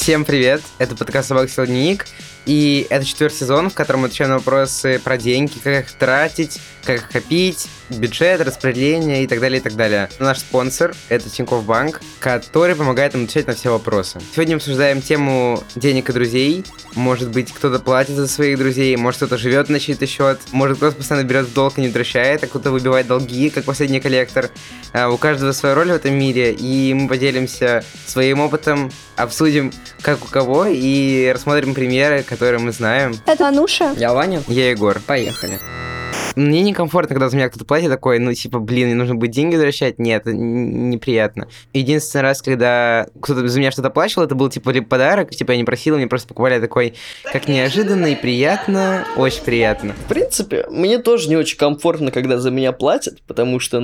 Всем привет, это подкаст «Собак Сел Дневник», и это 4-й сезон, в котором мы отвечаем на вопросы про деньги, как их тратить, как их копить, бюджет, распределение и так далее, и так далее. Наш спонсор — это Тинькофф Банк, который помогает нам отвечать на все вопросы. Сегодня мы обсуждаем тему денег и друзей. Может быть, кто-то платит за своих друзей, может, кто-то живет на чей-то счет, может, кто-то постоянно берет в долг и не возвращает, а кто-то выбивает долги, как последний коллектор. У каждого своя роль в этом мире, и мы поделимся своим опытом, обсудим, как у кого, и рассмотрим примеры, которые мы знаем. Это Ануша. Я Ваня. Я Егор. Поехали. Мне некомфортно, когда за меня кто-то платит, такой, мне нужно будет деньги возвращать. Нет, это неприятно. Единственный раз, когда кто-то за меня что-то плачил, это был, либо подарок, я не просил, мне просто покупали, такой, как неожиданно и приятно, очень приятно. В принципе, мне тоже не очень комфортно, когда за меня платят, потому что,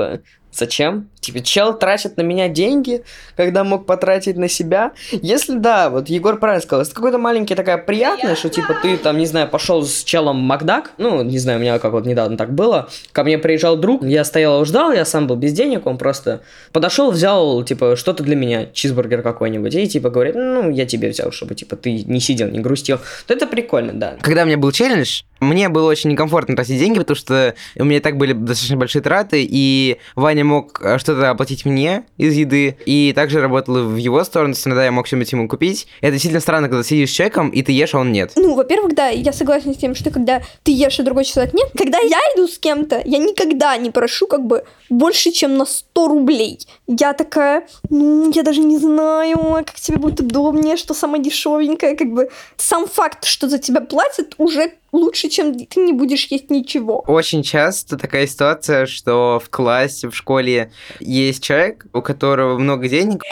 зачем? Чел тратит на меня деньги, когда мог потратить на себя. Если да, вот Егор правильно сказал, если какой-то маленький такая приятная, что ты пошел с челом в Макдак, не знаю, у меня как вот недавно так было, ко мне приезжал друг, я стоял и ждал, я сам был без денег, он просто подошел, взял, что-то для меня, чизбургер какой-нибудь, и говорит, я тебе взял, чтобы, ты не сидел, не грустил. То это прикольно, да. Когда у меня был челлендж, мне было очень некомфортно тратить деньги, потому что у меня и так были достаточно большие траты, и Ваня мог что-то оплатить мне из еды, и также работал в его сторону, то есть иногда я мог что-нибудь ему купить. Это действительно странно, когда сидишь с человеком, и ты ешь, а он нет. Во-первых, да, я согласна с тем, что когда ты ешь, а другой человек нет. Когда я иду с кем-то, я никогда не прошу больше, чем на 100 рублей. Я такая, я даже не знаю, как тебе будет удобнее, что самое дешевенькое, сам факт, что за тебя платят, уже лучше, чем ты не будешь есть ничего. Очень часто такая ситуация, что в классе, в школе есть человек, у которого много денег,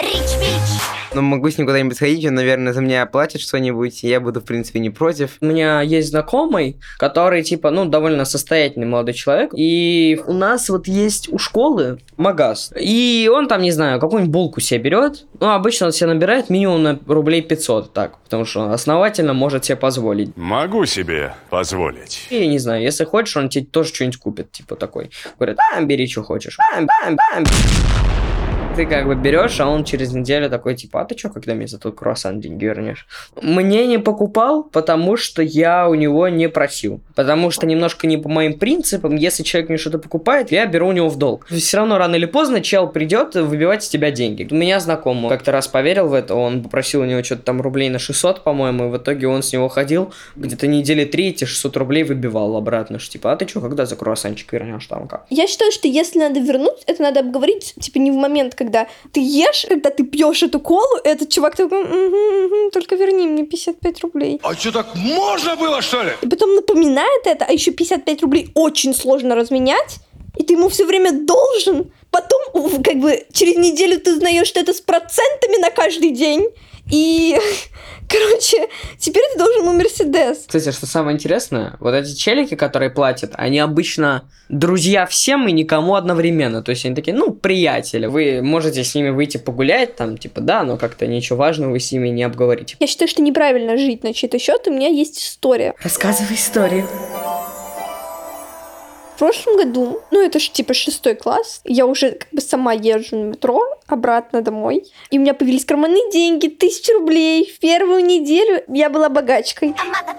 но могу с ним куда-нибудь сходить, он, наверное, за меня оплатит что-нибудь, и я буду, в принципе, не против. У меня есть знакомый, который, довольно состоятельный молодой человек, и у нас есть у школы магаз, и он какую-нибудь булку себе берет, обычно он себе набирает минимум на рублей 500, так, потому что основательно может себе позволить. Могу себе позволить. И, не знаю, если хочешь, он тебе тоже что-нибудь купит, такой. Говорит, бери, что хочешь. Ты берешь, а он через неделю такой, а ты что, когда мне за тот круассан деньги вернешь? Мне не покупал, потому что я у него не просил. Потому что немножко не по моим принципам, если человек мне что-то покупает, я беру у него в долг. Все равно рано или поздно чел придет выбивать из тебя деньги. У меня знакомый как-то раз поверил в это, он попросил у него что-то там рублей на 600, по-моему, и в итоге он с него ходил, где-то недели 3 эти 600 рублей выбивал обратно, что а ты что, когда за круассанчик вернешь там как? Я считаю, что если надо вернуть, это надо обговорить, не в момент, когда ты ешь, когда ты пьешь эту колу, этот чувак такой, только верни мне 55 рублей. А что, так можно было, что ли? И потом напоминает это, а еще 55 рублей очень сложно разменять, и ты ему все время должен. Потом, через неделю ты узнаешь, что это с процентами на каждый день. И, теперь ты должен ему Мерседес. Кстати, что самое интересное, вот эти челики, которые платят, они обычно друзья всем и никому одновременно. То есть они такие, приятели. Вы можете с ними выйти погулять, но как-то ничего важного вы с ними не обговорите. Я считаю, что неправильно жить на чей-то счет, у меня есть история. Рассказывай историю. В прошлом году, это же 6 класс, я уже сама езжу на метро обратно домой, и у меня появились карманные деньги, 1000 рублей. В первую неделю я была богачкой.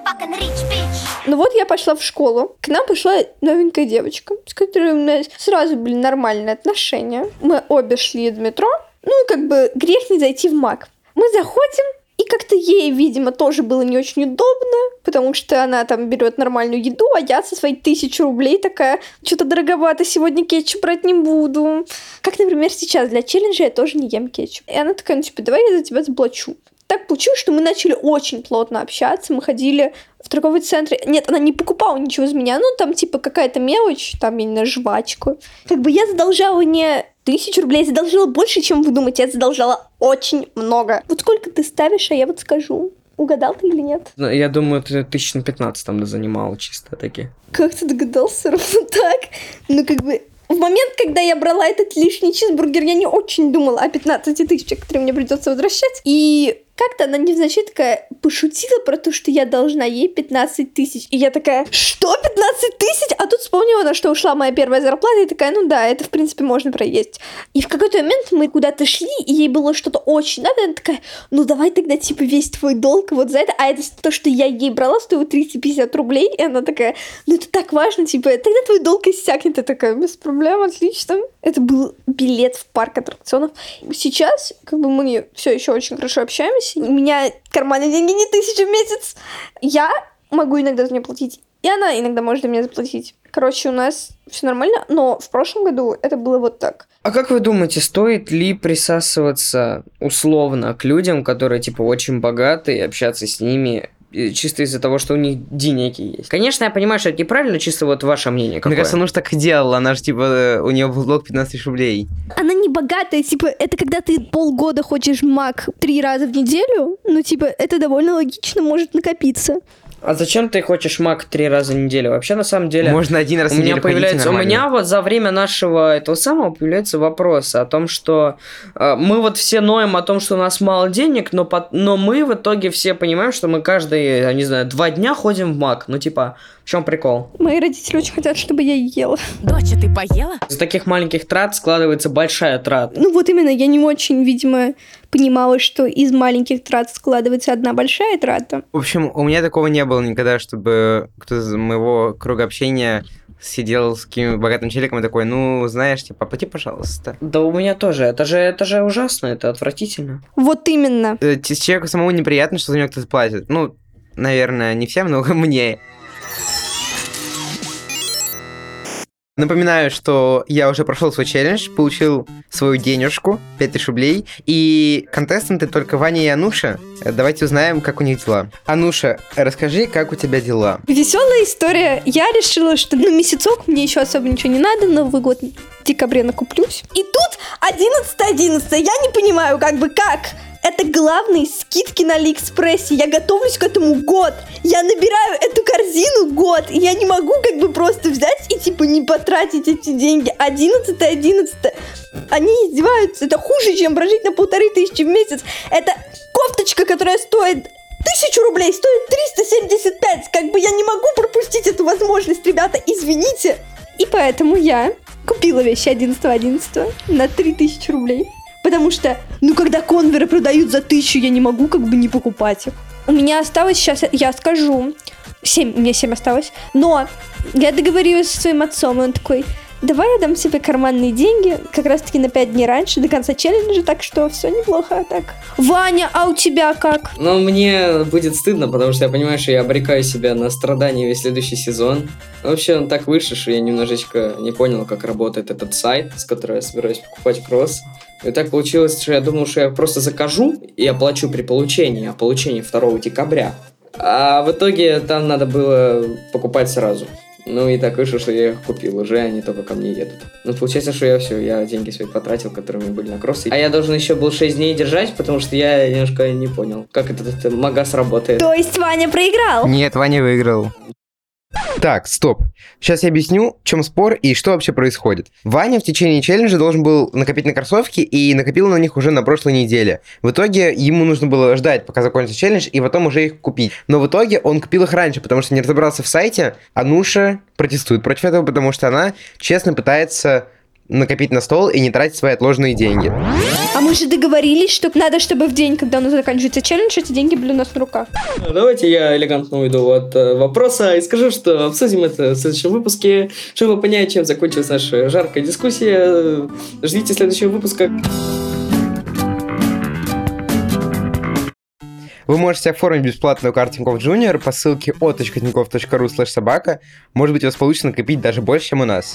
Я пошла в школу, к нам пришла новенькая девочка, с которой у нас сразу были нормальные отношения. Мы обе шли до метро, грех не зайти в Мак. Мы заходим, и как-то ей, видимо, тоже было не очень удобно, потому что она берет нормальную еду, а я со своей 1000 рублей такая, что-то дороговато, сегодня кетчуп брать не буду. Как, например, сейчас для челленджа я тоже не ем кетчуп. И она такая, давай я за тебя заплачу. Так получилось, что мы начали очень плотно общаться, мы ходили в торговый центр. Нет, она не покупала ничего из меня, какая-то мелочь, я не знаю, жвачку. Я задолжала не 1000 рублей, я задолжала больше, чем вы думаете, я задолжала очень много. Сколько ты ставишь, а я скажу. Угадал ты или нет? Я думаю, ты 1015 занимала чисто таки. Как ты догадался ровно так? В момент, когда я брала этот лишний чизбургер, я не очень думала о 15 тысячах, которые мне придется возвращать. И как-то она невзначай такая пошутила про то, что я должна ей 15 тысяч. И я такая, что, 15 тысяч? А тут вспомнила, на что ушла моя первая зарплата, и такая, ну да, это, в принципе, можно проесть. И в какой-то момент мы куда-то шли, и ей было что-то очень надо, и она такая, ну давай тогда, типа, весь твой долг вот за это. А это то, что я ей брала, стоило 350 рублей, и она такая, ну это так важно, типа, тогда твой долг иссякнет. Я такая, без проблем, отлично. Это был билет в парк аттракционов. Сейчас, как бы, мы все еще очень хорошо общаемся. У меня карманные деньги не 1000 в месяц. Я могу иногда за нее платить, и она иногда может за меня заплатить. Короче, у нас все нормально, но в прошлом году это было вот так. А как вы думаете, стоит ли присасываться условно к людям, которые, типа, очень богаты, и общаться с ними чисто из-за того, что у них денеги есть? Конечно, я понимаю, что это неправильно, чисто вот ваше мнение какое. Мне кажется, она же так и делала. Она же, типа, у нее был долг 15 тысяч рублей. Она не богатая, типа, это когда ты полгода ходишь в МАК 3 раза в неделю, ну, типа, это довольно логично может накопиться. А зачем ты хочешь мак 3 раза в неделю? Вообще, на самом деле... Можно один раз в у меня неделю ходить, появляется, у нормально. меня вот за время нашего этого самого появляется вопрос о том, что мы вот все ноем о том, что у нас мало денег, но мы в итоге все понимаем, что мы каждые, я не знаю, 2 дня ходим в мак. Ну, типа, в чем прикол? Мои родители очень хотят, чтобы я ела. Доча, ты поела? Из таких маленьких трат складывается большая трата. Ну, вот именно, я не очень, видимо, понимала, что из маленьких трат складывается одна большая трата. В общем, у меня такого не было никогда, чтобы кто-то из моего круга общения сидел с каким-то богатым челиком и такой, ну, знаешь, типа, оплати, пожалуйста. Да у меня тоже. Это же ужасно, это отвратительно. Вот именно. Человеку самому неприятно, что за него кто-то платит. Ну, наверное, не всем, но мне. Напоминаю, что я уже прошел свой челлендж, получил свою денежку, 5000 рублей, и контестанты только Ваня и Ануша. Давайте узнаем, как у них дела. Ануша, расскажи, как у тебя дела? Веселая история. Я решила, что на месяцок мне еще особо ничего не надо, Новый год в декабре накуплюсь. И тут 11.11. Я не понимаю, как. Это главные скидки на Алиэкспрессе. Я готовлюсь к этому год. Я набираю эту корзину год. И я не могу просто взять и типа не потратить эти деньги. 11.11. Они издеваются. Это хуже, чем прожить на 1500 в месяц. Это кофточка, которая стоит 1000 рублей, стоит 375. Я не могу пропустить эту возможность, ребята. Извините. И поэтому я купила вещи 11.11 на 3000 рублей. Потому что, когда конверы продают за 1000, я не могу не покупать их. У меня осталось сейчас, я скажу, 7, у меня 7 осталось. Но я договорилась со своим отцом, и он такой, давай я дам себе карманные деньги, как раз таки на 5 дней раньше, до конца челленджа, так что все неплохо. Так. Ваня, а у тебя как? Ну, мне будет стыдно, потому что я понимаю, что я обрекаю себя на страдания весь следующий сезон. Но вообще, он так вышло, что я немножечко не понял, как работает этот сайт, с которого я собираюсь покупать кросс. И так получилось, что я думал, что я просто закажу и оплачу при получении, а получение 2 декабря. А в итоге там надо было покупать сразу. Ну и так вышло, что я их купил уже, они только ко мне едут. Ну получается, что я деньги свои потратил, которые у меня были на кроссы. А я должен еще был 6 дней держать, потому что я немножко не понял, как этот магаз работает. То есть Ваня проиграл? Нет, Ваня выиграл. Так, стоп. Сейчас я объясню, в чем спор и что вообще происходит. Ваня в течение челленджа должен был накопить на кроссовки и накопил на них уже на прошлой неделе. В итоге ему нужно было ждать, пока закончится челлендж, и потом уже их купить. Но в итоге он купил их раньше, потому что не разобрался в сайте. Ануша протестует против этого, потому что она честно пытается накопить на стол и не тратить свои отложенные деньги. А мы же договорились, что надо, чтобы в день, когда у нас заканчивается челлендж, эти деньги были у нас на руках. Давайте я элегантно уйду от вопроса и скажу, что обсудим это в следующем выпуске. Чтобы понять, чем закончилась наша жаркая дискуссия, ждите следующего выпуска. Вы можете оформить бесплатную карту Тинькофф Junior по ссылке от.tinkoff.ru/собака. Может быть, у вас получится накопить даже больше, чем у нас.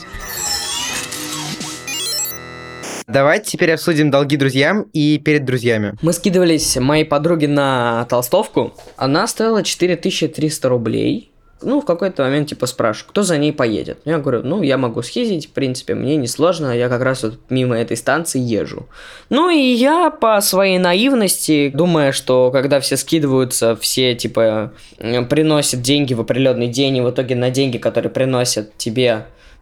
Давайте теперь обсудим долги друзьям и перед друзьями. Мы скидывались моей подруге на толстовку. Она стоила 4300 рублей. Ну, в какой-то момент, спрашиваю, кто за ней поедет. Я говорю, я могу схизить, в принципе, мне несложно, я как раз вот мимо этой станции езжу. Ну, и я по своей наивности, думая, что когда все скидываются, все, приносят деньги в определенный день, и в итоге на деньги, которые приносят тебе,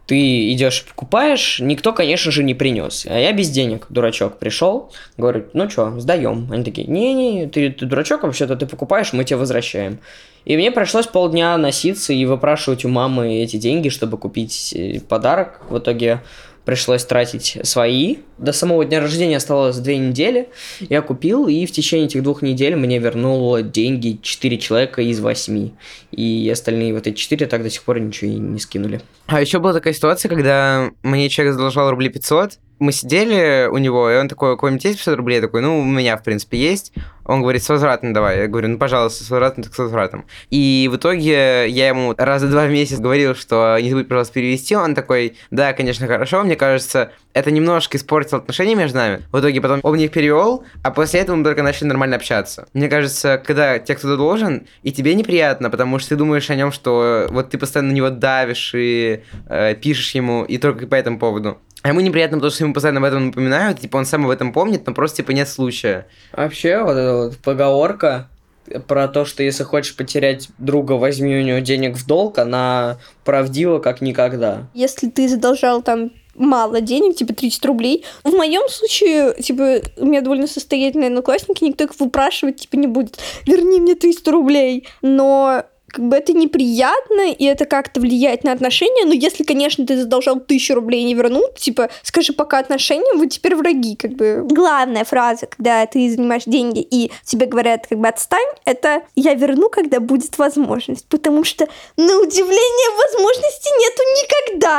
Ты идешь и покупаешь, никто, конечно же, не принес. А я без денег, дурачок, пришел, говорю, ну что, сдаем. Они такие, не-не, ты дурачок, вообще-то ты покупаешь, мы тебе возвращаем. И мне пришлось полдня носиться и выпрашивать у мамы эти деньги, чтобы купить подарок. В итоге пришлось тратить свои. До самого дня рождения оставалось 2 недели. Я купил, и в течение этих 2 недель мне вернуло деньги 4 человека из 8. И остальные вот эти 4 так до сих пор ничего и не скинули. А еще была такая ситуация, когда мне человек задолжал рублей 500, мы сидели у него, и он такой, у кого-нибудь есть 500 рублей? Я такой, ну, у меня, в принципе, есть. Он говорит, с возвратом давай. Я говорю, ну, пожалуйста, с возвратом, так с возвратом. И в итоге я ему раза 2 в месяц говорил, что не забудь, пожалуйста, перевести. Он такой, да, конечно, хорошо. Мне кажется, это немножко испортило отношения между нами. В итоге потом он мне их перевел, а после этого мы только начали нормально общаться. Мне кажется, когда тебе кто-то должен, и тебе неприятно, потому что ты думаешь о нем, что вот ты постоянно на него давишь и пишешь ему, и только по этому поводу. А ему неприятно, потому что ему постоянно об этом напоминают, типа он сам об этом помнит, но просто типа нет случая. Вообще, вот эта вот поговорка про то, что если хочешь потерять друга, возьми у него денег в долг, она правдива как никогда. Если ты задолжал там мало денег, типа 30 рублей. В моем случае, типа, у меня довольно состоятельные одноклассники, никто их выпрашивать, типа, не будет. Верни мне 300 рублей. Но как бы это неприятно, и это как-то влияет на отношения. Но если, конечно, ты задолжал 1000 рублей и не вернул, типа, скажи пока отношениям, вы теперь враги, как бы. Главная фраза, когда ты занимаешь деньги и тебе говорят, как бы, отстань, это «я верну, когда будет возможность». Потому что, на удивление, возможности нету никогда.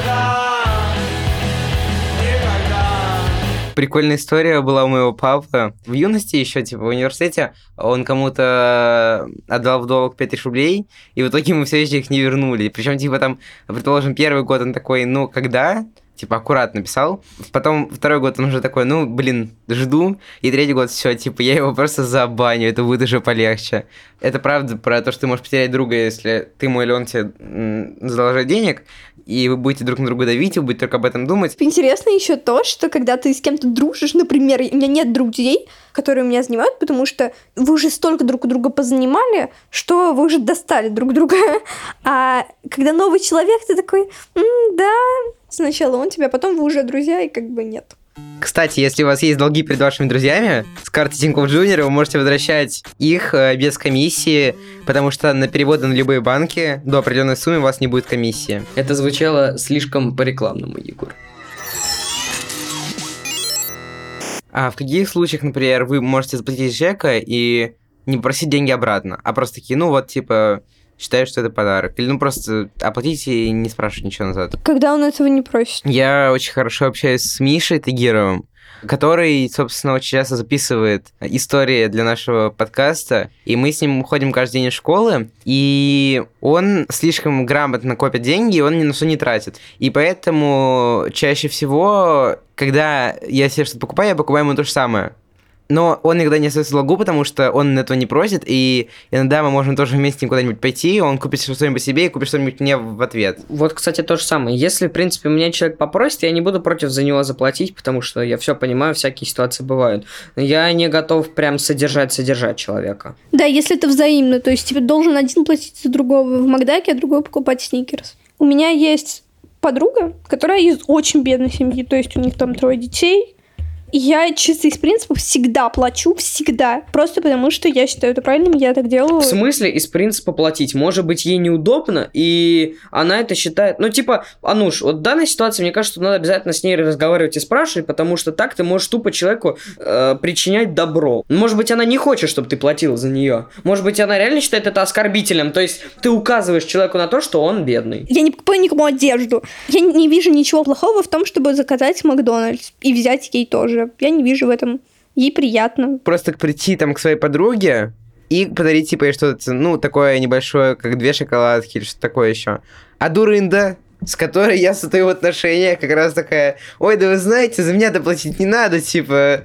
Прикольная история была у моего папы. В юности еще, типа, в университете он кому-то отдал в долг 5000 рублей, и в итоге мы все еще их не вернули. Причем, типа, там, предположим, первый год он такой, ну, когда? Типа, аккуратно писал. Потом второй год он уже такой, ну, блин, жду. И третий год все, типа, я его просто забаню, это будет уже полегче. Это правда про то, что ты можешь потерять друга, если ты ему или он тебе задолжает денег, и вы будете друг на друга давить, и вы будете только об этом думать. Интересно еще то, что когда ты с кем-то дружишь, например, у меня нет друзей, которые меня занимают, потому что вы уже столько друг у друга позанимали, что вы уже достали друг друга. А когда новый человек, ты такой, да, сначала он тебя, потом вы уже друзья, и как бы нет. Кстати, если у вас есть долги перед вашими друзьями, с карты Тинькофф Junior вы можете возвращать их без комиссии, потому что на переводы на любые банки до определенной суммы у вас не будет комиссии. Это звучало слишком по-рекламному, Егор. А в каких случаях, например, вы можете заплатить чека и не просить деньги обратно, а просто такие, ну вот, типа, считаю, что это подарок. Или ну просто оплатите и не спрашивать ничего назад. Когда он этого не просит. Я очень хорошо общаюсь с Мишей Тагировым, который, собственно, очень часто записывает истории для нашего подкаста, и мы с ним ходим каждый день из школы, и он слишком грамотно копит деньги, и он ни на что не тратит. И поэтому чаще всего, когда я себе что-то покупаю, я покупаю ему то же самое. Но он никогда не остается в долгу, потому что он этого не просит, и иногда мы можем тоже вместе с ним куда-нибудь пойти, он купит что-нибудь себе и купит что-нибудь мне в ответ. Вот, кстати, то же самое. Если, в принципе, меня человек попросит, я не буду против за него заплатить, потому что я все понимаю, всякие ситуации бывают. Но я не готов прям содержать человека. Да, если это взаимно, то есть тебе должен один платить за другого в Макдаке, а другой покупать сникерс. У меня есть подруга, которая из очень бедной семьи, то есть у них там 3 детей. И я чисто из принципа всегда плачу, всегда. Просто потому, что я считаю это правильным, я так делаю. В смысле из принципа платить? Может быть, ей неудобно, и она это считает... Ну, типа, Ануш, вот в данной ситуации, мне кажется, что надо обязательно с ней разговаривать и спрашивать, потому что так ты можешь тупо человеку причинять добро. Может быть, она не хочет, чтобы ты платил за нее. Может быть, она реально считает это оскорбительным. То есть ты указываешь человеку на то, что он бедный. Я не покупаю никому одежду. Я не вижу ничего плохого в том, чтобы заказать Макдональдс и взять ей тоже. Я не вижу в этом. Ей приятно. Просто прийти там к своей подруге и подарить типа ей что-то, ну, такое небольшое, как 2 шоколадки или что-то такое еще. А дурында, с которой я состою в отношениях, как раз такая, ой, да вы знаете, за меня доплатить не надо, типа,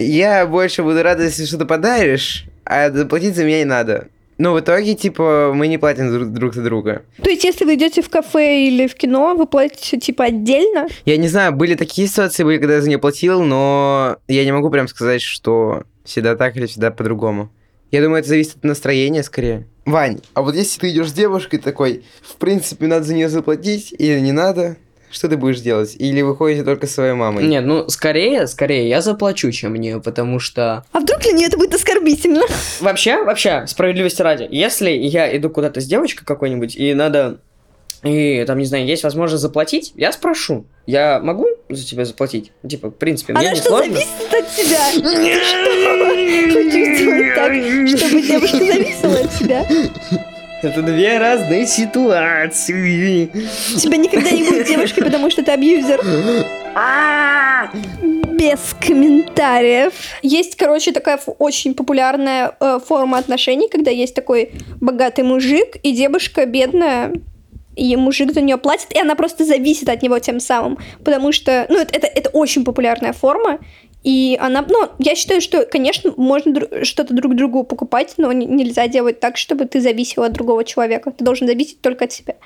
я больше буду рада, если что-то подаришь, а доплатить за меня не надо. Но в итоге, типа, мы не платим друг за друга. То есть, если вы идете в кафе или в кино, вы платите, типа, отдельно? Я не знаю, были такие ситуации, когда я за нее платил, но я не могу прям сказать, что всегда так или всегда по-другому. Я думаю, это зависит от настроения, скорее. Вань, а вот если ты идешь с девушкой такой, в принципе, надо за нее заплатить или не надо, что ты будешь делать? Или вы ходите только со своей мамой? Нет, ну, скорее я заплачу, чем мне, потому что... А вдруг для нее это будет оскорбительно? Вообще, справедливости ради, если я иду куда-то с девочкой какой-нибудь, и надо... И там, не знаю, есть возможность заплатить, я спрошу. Я могу за тебя заплатить? Типа, в принципе, мне Она не что, сложно. зависит от тебя? Ты что? Хочешь сделать так, чтобы девушка зависела от тебя? Это две разные ситуации. У тебя никогда не будет девушки, потому что ты абьюзер. Без комментариев. Есть, короче, такая очень популярная форма отношений, когда есть такой богатый мужик и девушка бедная, и мужик за нее платит, и она просто зависит от него тем самым. Потому что, ну, это очень популярная форма, и она, ну, я считаю, что, конечно, можно что-то друг другу покупать, но нельзя делать так, чтобы ты зависел от другого человека. Ты должен зависеть только от себя.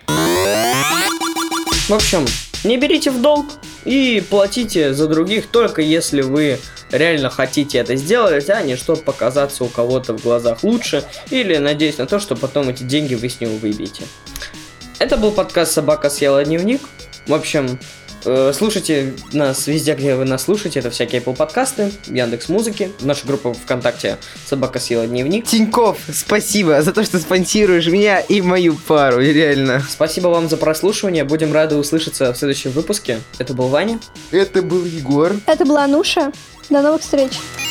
В общем, не берите в долг и платите за других только если вы реально хотите это сделать, а не чтобы показаться у кого-то в глазах лучше или надеясь на то, что потом эти деньги вы с него выбьете. Это был подкаст «Собака съела дневник». В общем, слушайте нас везде, где вы нас слушаете. Это всякие Apple подкасты, Яндекс.Музыки, наша группа ВКонтакте «Собака съела дневник». Тиньков, спасибо за то, что спонсируешь меня и мою пару, реально. Спасибо вам за прослушивание. Будем рады услышаться в следующем выпуске. Это был Ваня. Это был Егор. Это была Ануша. До новых встреч.